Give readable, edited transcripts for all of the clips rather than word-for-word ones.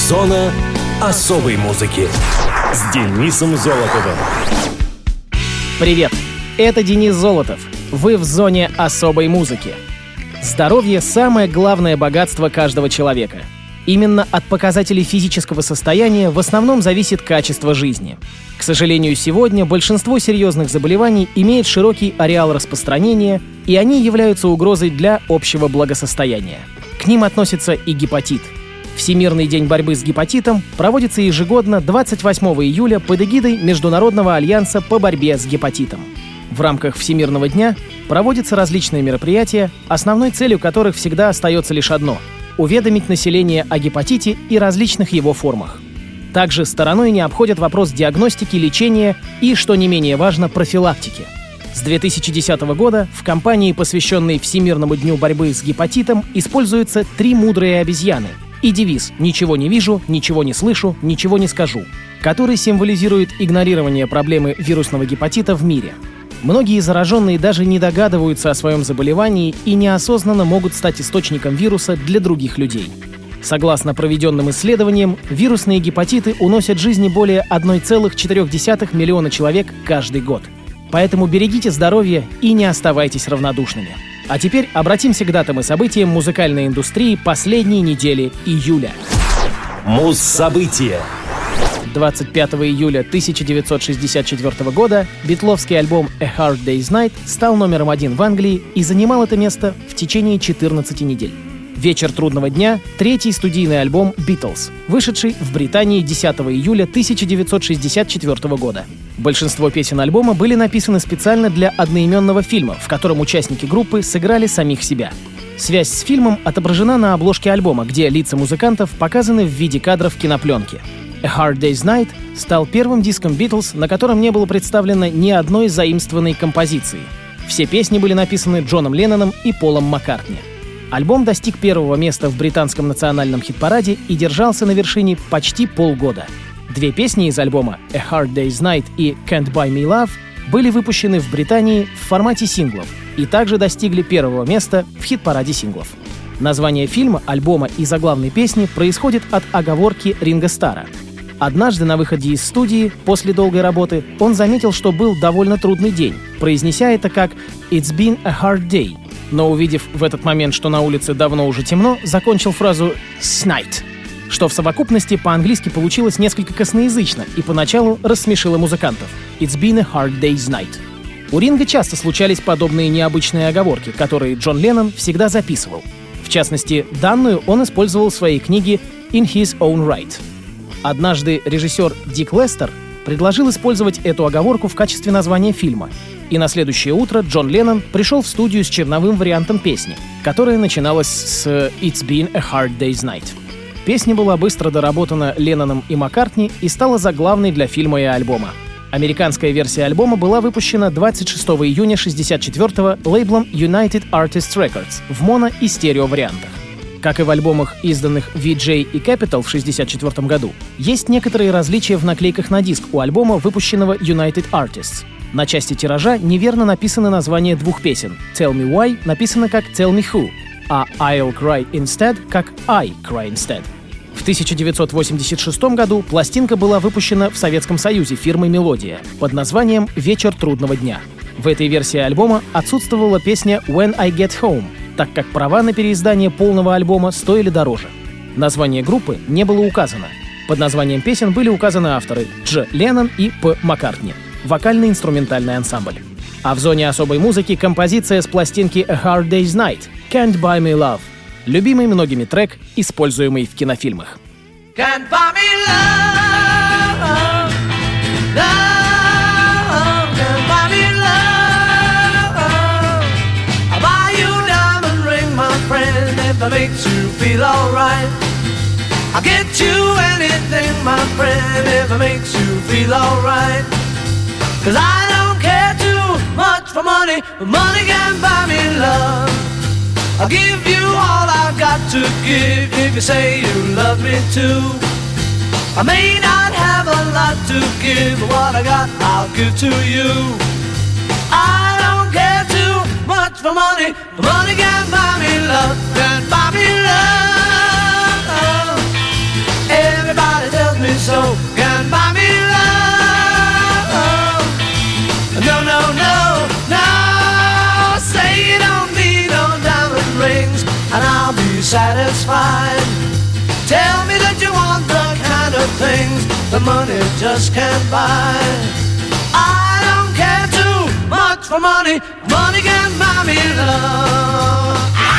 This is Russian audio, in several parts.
Зона особой музыки с Денисом Золотовым. Привет, это Денис Золотов. Вы в зоне особой музыки. Здоровье — самое главное богатство каждого человека. Именно от показателей физического состояния в основном зависит качество жизни. К сожалению, сегодня большинство серьезных заболеваний имеет широкий ареал распространения, и они являются угрозой для общего благосостояния. К ним относится и гепатит. Всемирный день борьбы с гепатитом проводится ежегодно 28 июля под эгидой Международного альянса по борьбе с гепатитом. В рамках Всемирного дня проводятся различные мероприятия, основной целью которых всегда остается лишь одно — уведомить население о гепатите и различных его формах. Также стороной не обходят вопрос диагностики, лечения и, что не менее важно, профилактики. С 2010 года в кампании, посвященной Всемирному дню борьбы с гепатитом, используются 3 мудрые обезьяны и девиз «Ничего не вижу, ничего не слышу, ничего не скажу», который символизирует игнорирование проблемы вирусного гепатита в мире. Многие зараженные даже не догадываются о своем заболевании и неосознанно могут стать источником вируса для других людей. Согласно проведенным исследованиям, вирусные гепатиты уносят жизни более 1,4 миллиона человек каждый год. Поэтому берегите здоровье и не оставайтесь равнодушными. А теперь обратимся к датам и событиям музыкальной индустрии последней недели июля. Муз-события. 25 июля 1964 года битловский альбом «A Hard Day's Night» стал номером 1 в Англии и занимал это место в течение 14 недель. «Вечер трудного дня» — 3-й студийный альбом «Beatles», вышедший в Британии 10 июля 1964 года. Большинство песен альбома были написаны специально для одноименного фильма, в котором участники группы сыграли самих себя. Связь с фильмом отображена на обложке альбома, где лица музыкантов показаны в виде кадров кинопленки. «A Hard Day's Night» стал первым диском Beatles, на котором не было представлено ни одной заимствованной композиции. Все песни были написаны Джоном Ленноном и Полом Маккартни. Альбом достиг 1-го места в британском национальном хит-параде и держался на вершине почти полгода. 2 песни из альбома «A Hard Day's Night» и «Can't Buy Me Love» были выпущены в Британии в формате синглов и также достигли 1-го места в хит-параде синглов. Название фильма, альбома и заглавной песни происходит от оговорки Ринго Старра. Однажды на выходе из студии, после долгой работы, он заметил, что был довольно трудный день, произнеся это как «It's been a hard day», но, увидев в этот момент, что на улице давно уже темно, закончил фразу «Snight», что в совокупности по-английски получилось несколько косноязычно и поначалу рассмешило музыкантов. «It's been a hard day's night». У Ринго часто случались подобные необычные оговорки, которые Джон Леннон всегда записывал. В частности, данную он использовал в своей книге «In His Own Right». Однажды режиссер Дик Лестер предложил использовать эту оговорку в качестве названия фильма, и на следующее утро Джон Леннон пришел в студию с черновым вариантом песни, которая начиналась с «It's been a hard day's night». Песня была быстро доработана Ленноном и Маккартни и стала заглавной для фильма и альбома. Американская версия альбома была выпущена 26 июня 1964-го лейблом United Artists Records в моно- и стерео-вариантах. Как и в альбомах, изданных VJ и Capitol в 1964 году, есть некоторые различия в наклейках на диск у альбома, выпущенного United Artists. На части тиража неверно написаны названия 2 песен. «Tell Me Why» написано как «Tell Me Who», а «I'll Cry Instead» как «I Cry Instead». В 1986 году пластинка была выпущена в Советском Союзе фирмой «Мелодия» под названием «Вечер трудного дня». В этой версии альбома отсутствовала песня «When I Get Home», так как права на переиздание полного альбома стоили дороже. Название группы не было указано. Под названием песен были указаны авторы Дж. Леннон и П. Маккартни. Вокально-инструментальный ансамбль. А в зоне особой музыки композиция с пластинки «A Hard Day's Night» «Can't Buy Me Love», любимый многими трек, используемый в кинофильмах. Can't buy me love, love, can't buy me love. I'll buy you a diamond ring, my friend, if it makes you feel alright. I'll get you anything, my friend, if it makes you feel alright. 'Cause I don't care too much for money, but money can't buy me love. I'll give you all I've got to give if you say you love me too. I may not have a lot to give, but what I got I'll give to you. I don't care too much for money, but money can't buy me love, can't buy me love. so, can't buy me love. No, no, no, no. Say you don't need no diamond rings, and I'll be satisfied. Tell me that you want the kind of things the money just can't buy. I don't care too much for money. Money can't buy me love.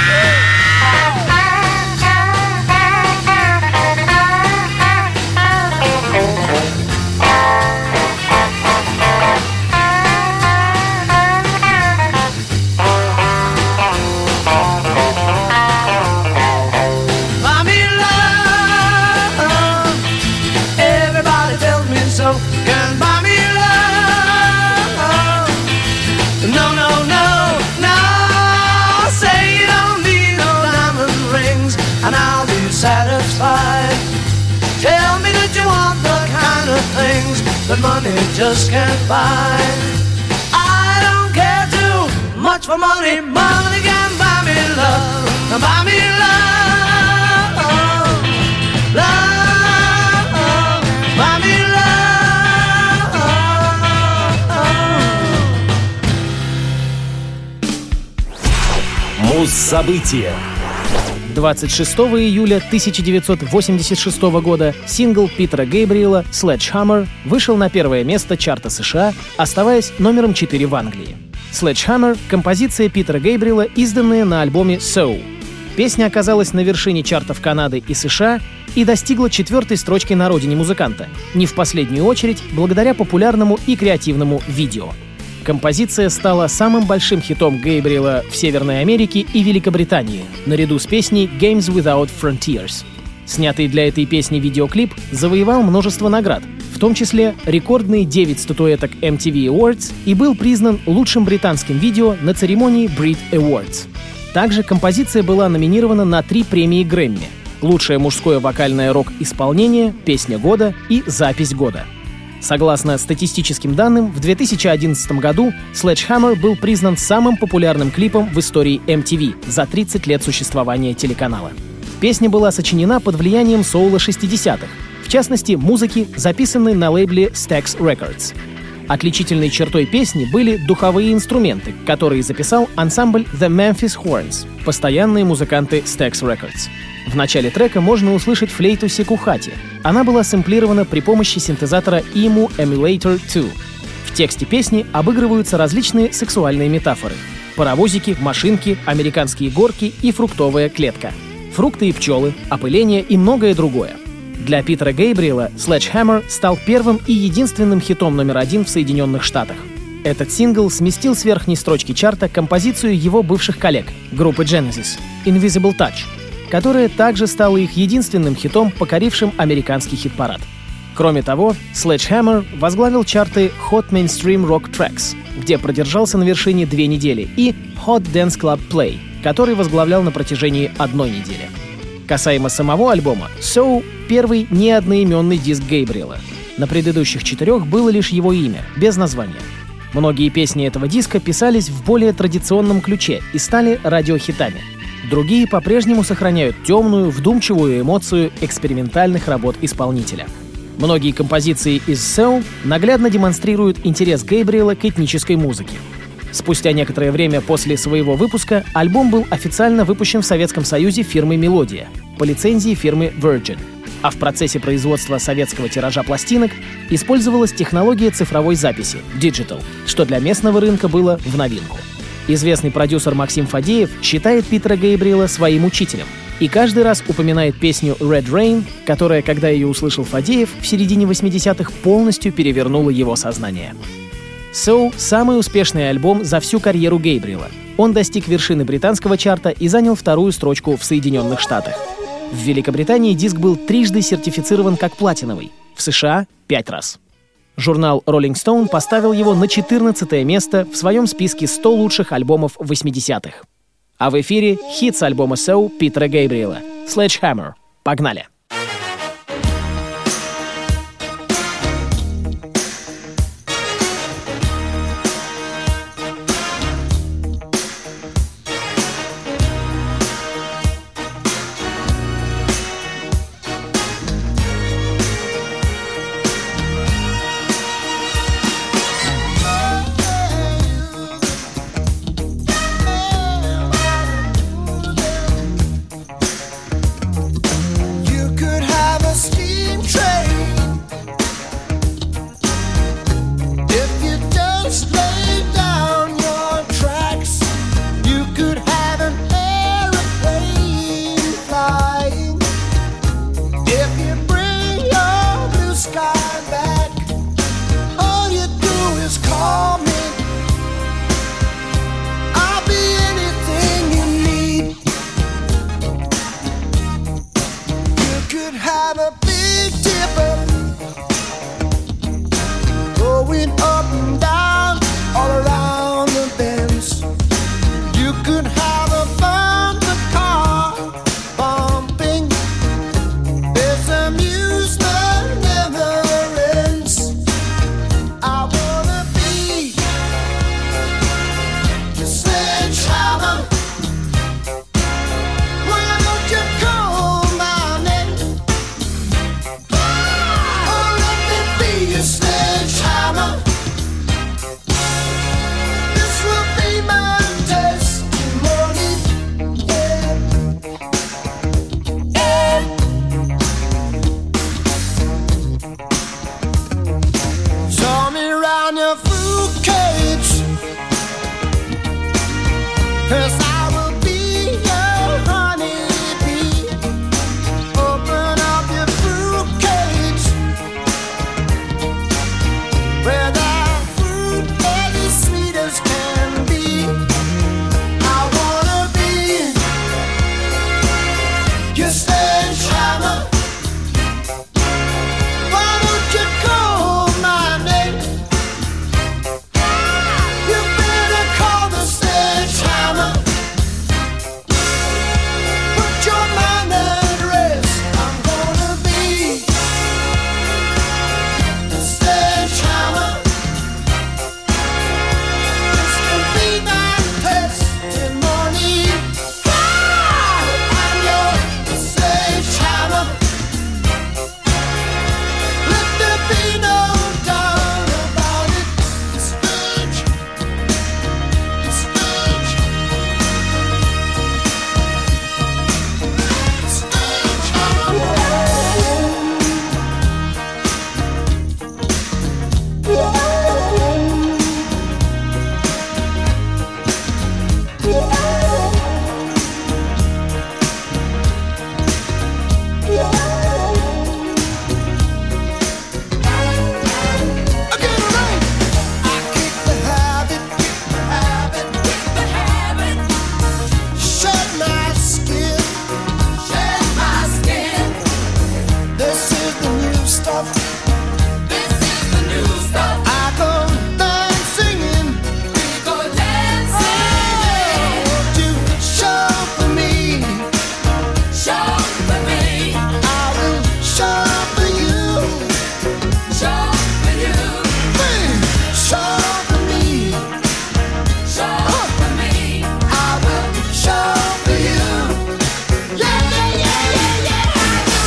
Satisfied. Tell me that you want the kind of things that money just can't buy. I don't care too much for money. Money can buy me love. Buy me love. Love. Buy me love. Муз-события. 26 июля 1986 года сингл Питера Гейбриэла «Sledgehammer» вышел на первое место чарта США, оставаясь номером 4 в Англии. «Sledgehammer» — композиция Питера Гейбриэла, изданная на альбоме «So». Песня оказалась на вершине чартов Канады и США и достигла 4-й строчки на родине музыканта, не в последнюю очередь благодаря популярному и креативному видео. Композиция стала самым большим хитом Гейбриэла в Северной Америке и Великобритании, наряду с песней «Games Without Frontiers». Снятый для этой песни видеоклип завоевал множество наград, в том числе рекордные 9 статуэток MTV Awards, и был признан лучшим британским видео на церемонии Brit Awards. Также композиция была номинирована на 3 премии Грэмми: «Лучшее мужское вокальное рок-исполнение», «Песня года» и «Запись года». Согласно статистическим данным, в 2011 году «Sledgehammer» был признан самым популярным клипом в истории MTV за 30 лет существования телеканала. Песня была сочинена под влиянием соула 60-х, в частности, музыки, записанной на лейбле Stax Records. Отличительной чертой песни были духовые инструменты, которые записал ансамбль The Memphis Horns, постоянные музыканты Stax Records. В начале трека можно услышать флейту Секухати. Она была сэмплирована при помощи синтезатора EMU Emulator 2. В тексте песни обыгрываются различные сексуальные метафоры: паровозики, машинки, американские горки и фруктовая клетка, фрукты и пчелы, опыление и многое другое. Для Питера Гейбриэла «Sledgehammer» стал первым и единственным хитом номер 1 в Соединенных Штатах. Этот сингл сместил с верхней строчки чарта композицию его бывших коллег, группы Genesis, «Invisible Touch», которая также стала их единственным хитом, покорившим американский хит-парад. Кроме того, «Sledgehammer» возглавил чарты Hot Mainstream Rock Tracks, где продержался на вершине 2 недели, и Hot Dance Club Play, который возглавлял на протяжении 1 недели. Касаемо самого альбома, «So» — первый неодноименный диск Гейбриэла. На предыдущих 4 было лишь его имя, без названия. Многие песни этого диска писались в более традиционном ключе и стали радиохитами. Другие по-прежнему сохраняют темную, вдумчивую эмоцию экспериментальных работ исполнителя. Многие композиции из «So» наглядно демонстрируют интерес Гейбриэла к этнической музыке. Спустя некоторое время после своего выпуска альбом был официально выпущен в Советском Союзе фирмой «Мелодия» по лицензии фирмы Virgin, а в процессе производства советского тиража пластинок использовалась технология цифровой записи — Digital, что для местного рынка было в новинку. Известный продюсер Максим Фадеев считает Питера Гейбриэла своим учителем и каждый раз упоминает песню «Red Rain», которая, когда ее услышал Фадеев, в середине 80-х полностью перевернула его сознание. «So» — самый успешный альбом за всю карьеру Гейбриэла. Он достиг вершины британского чарта и занял 2-ю строчку в Соединенных Штатах. В Великобритании диск был 3 сертифицирован как платиновый, в США — 5 раз. Журнал Rolling Stone поставил его на 14-е место в своем списке 100 лучших альбомов 80-х. А в эфире хит с альбома «So» Питера Гейбриэла «Sledgehammer». Погнали! could have a Big Dipper going up and down all around the bends. You could have a bumper car bumping. This amusement never ends. I wanna be your sledgehammer. Why don't you call my name? Oh, let me be your sledgehammer. This will be my testimony. Yeah. Yeah. Show me around your fruit cage, 'cause I will be your honeybee. Open up your fruit cage, where the fruit is as sweet as can be. I wanna be your sledgehammer. Why don't you call my name? You better call the sledgehammer. Put your mind at rest. I'm gonna be the sledgehammer. This can be my testimony. I'm your sledgehammer. Let there be no doubt about it. The sledge, the sledge, the sledgehammer. Again, right. I kick the habit, shed my skin. This is the new stuff. I go dance singing. Won't you show for me? I will show for you. Please show for me. I will show for you. Yeah, yeah, yeah, yeah, yeah.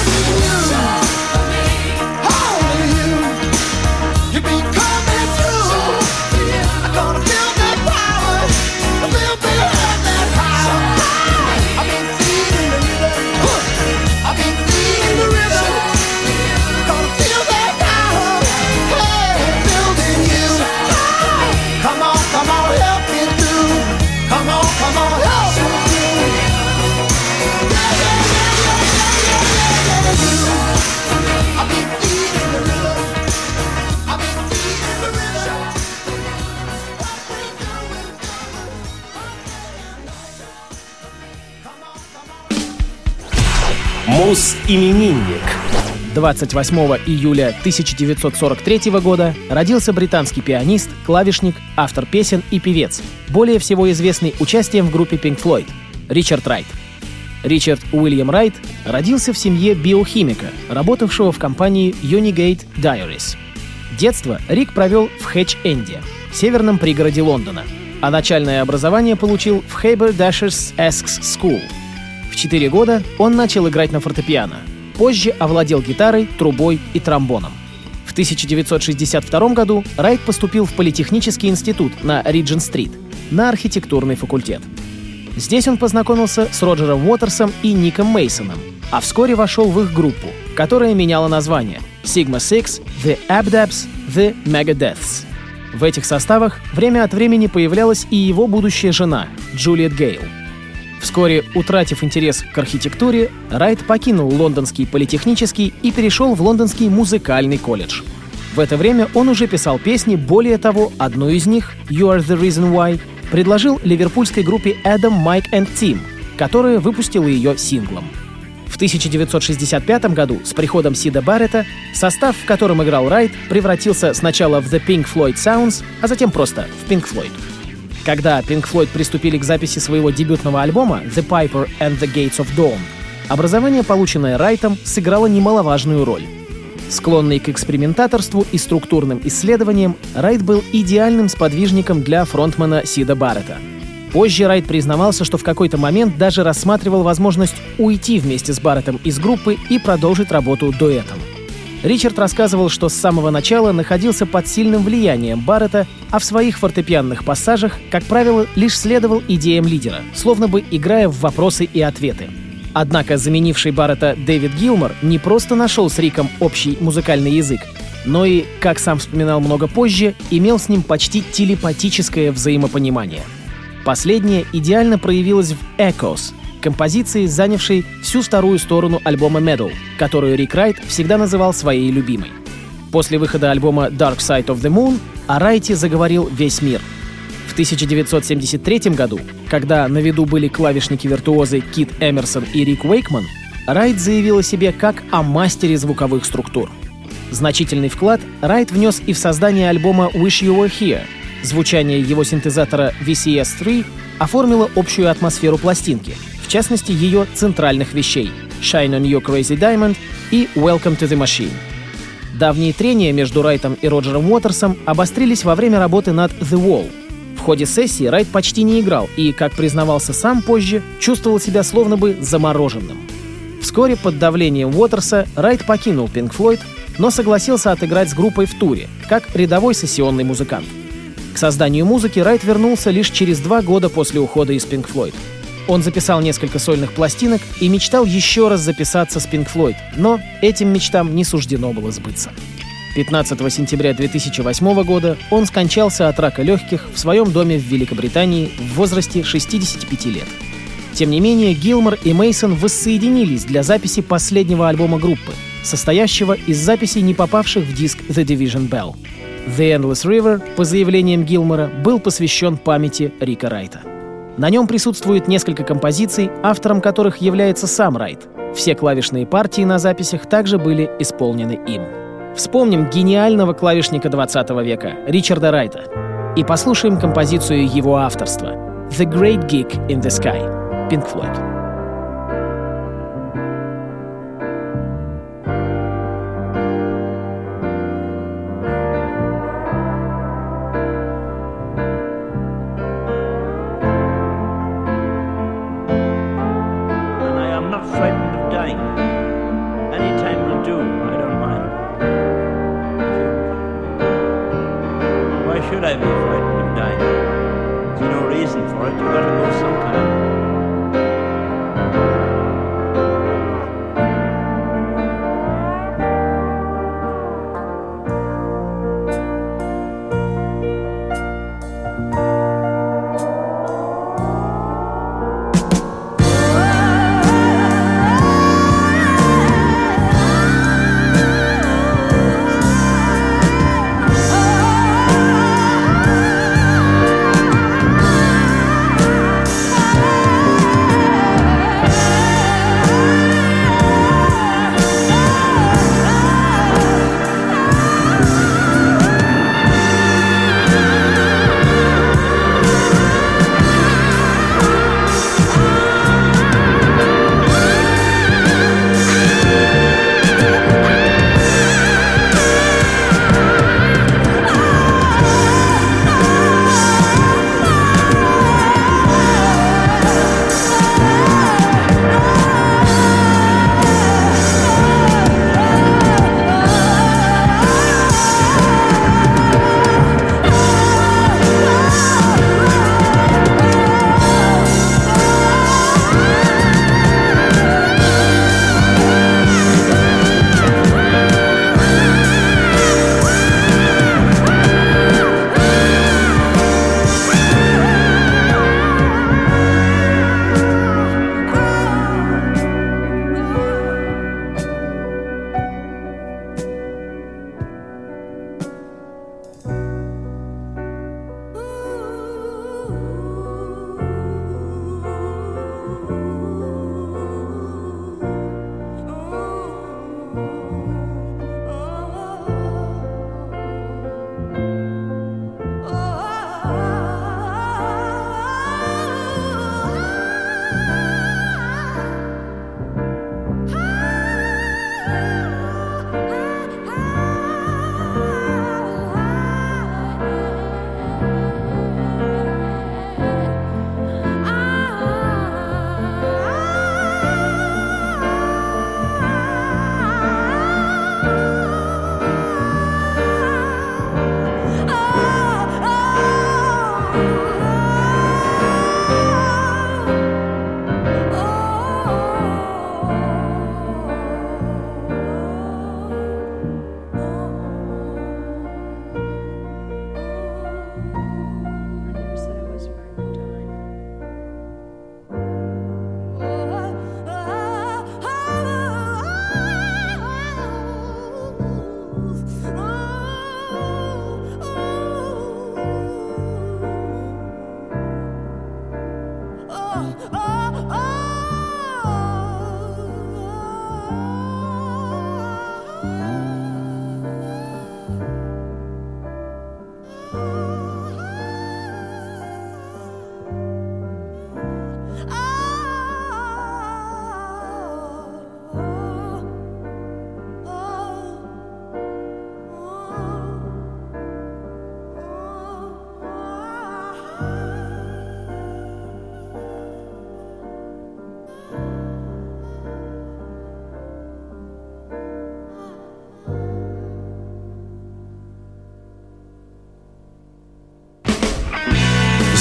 Only you. You be coming through. I'm gonna feel that power. I will be having that power. I've been feeding the rhythm. I've been feeding the rhythm. Gonna feel that power. Hey, building you. Come on, help me through. Come on, help me through. Yeah, yeah, yeah, yeah, yeah, yeah, yeah, yeah. I've been feeding the rhythm. I've been feeding the rhythm. What we doing? Come on. Мус-именинник. 28 июля 1943 года родился британский пианист, клавишник, автор песен и певец, более всего известный участием в группе Pink Floyd, Ричард Райт. Ричард Уильям Райт родился в семье биохимика, работавшего в компании Unigate Diaries. Детство Рик провел в Хэтч-Энде, северном пригороде Лондона, а начальное образование получил в Haberdashers' Aske's School. В 4 года он начал играть на фортепиано. Позже овладел гитарой, трубой и тромбоном. В 1962 году Райт поступил в Политехнический институт на Риджент-стрит, на архитектурный факультет. Здесь он познакомился с Роджером Уотерсом и Ником Мейсоном, а вскоре вошел в их группу, которая меняла название Sigma Six, The Abdabs, The Megadeths. В этих составах время от времени появлялась и его будущая жена Джулиет Гейл. Вскоре, утратив интерес к архитектуре, Райт покинул Лондонский политехнический и перешел в Лондонский музыкальный колледж. В это время он уже писал песни, более того, одну из них, «You Are The Reason Why», предложил ливерпульской группе Adam, Mike and Tim, которая выпустила ее синглом. В 1965 году с приходом Сида Барретта состав, в котором играл Райт, превратился сначала в The Pink Floyd Sounds, а затем просто в Pink Floyd. Когда Pink Floyd приступили к записи своего дебютного альбома The Piper and the Gates of Dawn, образование, полученное Райтом, сыграло немаловажную роль. Склонный к экспериментаторству и структурным исследованиям, Райт был идеальным сподвижником для фронтмена Сида Барретта. Позже Райт признавался, что в какой-то момент даже рассматривал возможность уйти вместе с Барреттом из группы и продолжить работу дуэтом. Ричард рассказывал, что с самого начала находился под сильным влиянием Барретта, а в своих фортепианных пассажах, как правило, лишь следовал идеям лидера, словно бы играя в вопросы и ответы. Однако заменивший Барретта Дэвид Гилмор не просто нашел с Риком общий музыкальный язык, но и, как сам вспоминал много позже, имел с ним почти телепатическое взаимопонимание. Последнее идеально проявилось в «Echoes», композиции, занявшей всю вторую сторону альбома Meddle, которую Рик Райт всегда называл своей любимой. После выхода альбома Dark Side of the Moon о Райте заговорил весь мир. В 1973 году, когда на виду были клавишники-виртуозы Кит Эмерсон и Рик Уэйкман, Райт заявил о себе как о мастере звуковых структур. Значительный вклад Райт внес и в создание альбома Wish You Were Here. Звучание его синтезатора VCS-3 оформило общую атмосферу пластинки, в частности, ее центральных вещей «Shine on You Crazy Diamond» и «Welcome to the Machine». Давние трения между Райтом и Роджером Уотерсом обострились во время работы над «The Wall». В ходе сессии Райт почти не играл и, как признавался сам позже, чувствовал себя словно бы замороженным. Вскоре под давлением Уотерса Райт покинул Pink Floyd, но согласился отыграть с группой в туре, как рядовой сессионный музыкант. К созданию музыки Райт вернулся лишь через 2 года после ухода из Pink Floyd. Он записал несколько сольных пластинок и мечтал еще раз записаться с Pink Floyd, но этим мечтам не суждено было сбыться. 15 сентября 2008 года он скончался от рака легких в своем доме в Великобритании в возрасте 65 лет. Тем не менее, Гилмор и Мейсон воссоединились для записи последнего альбома группы, состоящего из записей, не попавших в диск The Division Bell. The Endless River, по заявлениям Гилмора, был посвящен памяти Рика Райта. На нем присутствует несколько композиций, автором которых является сам Райт. Все клавишные партии на записях также были исполнены им. Вспомним гениального клавишника 20 века Ричарда Райта и послушаем композицию его авторства «The Great Gig in the Sky» Pink Floyd. Should I be frightened of dying? There's no reason for it. You've got to go sometime.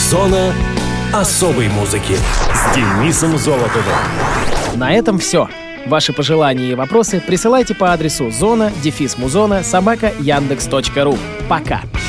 Зона особой музыки с Денисом Золотовым. На этом все. Ваши пожелания и вопросы присылайте по адресу zona-muzona@yandex.ru. Пока!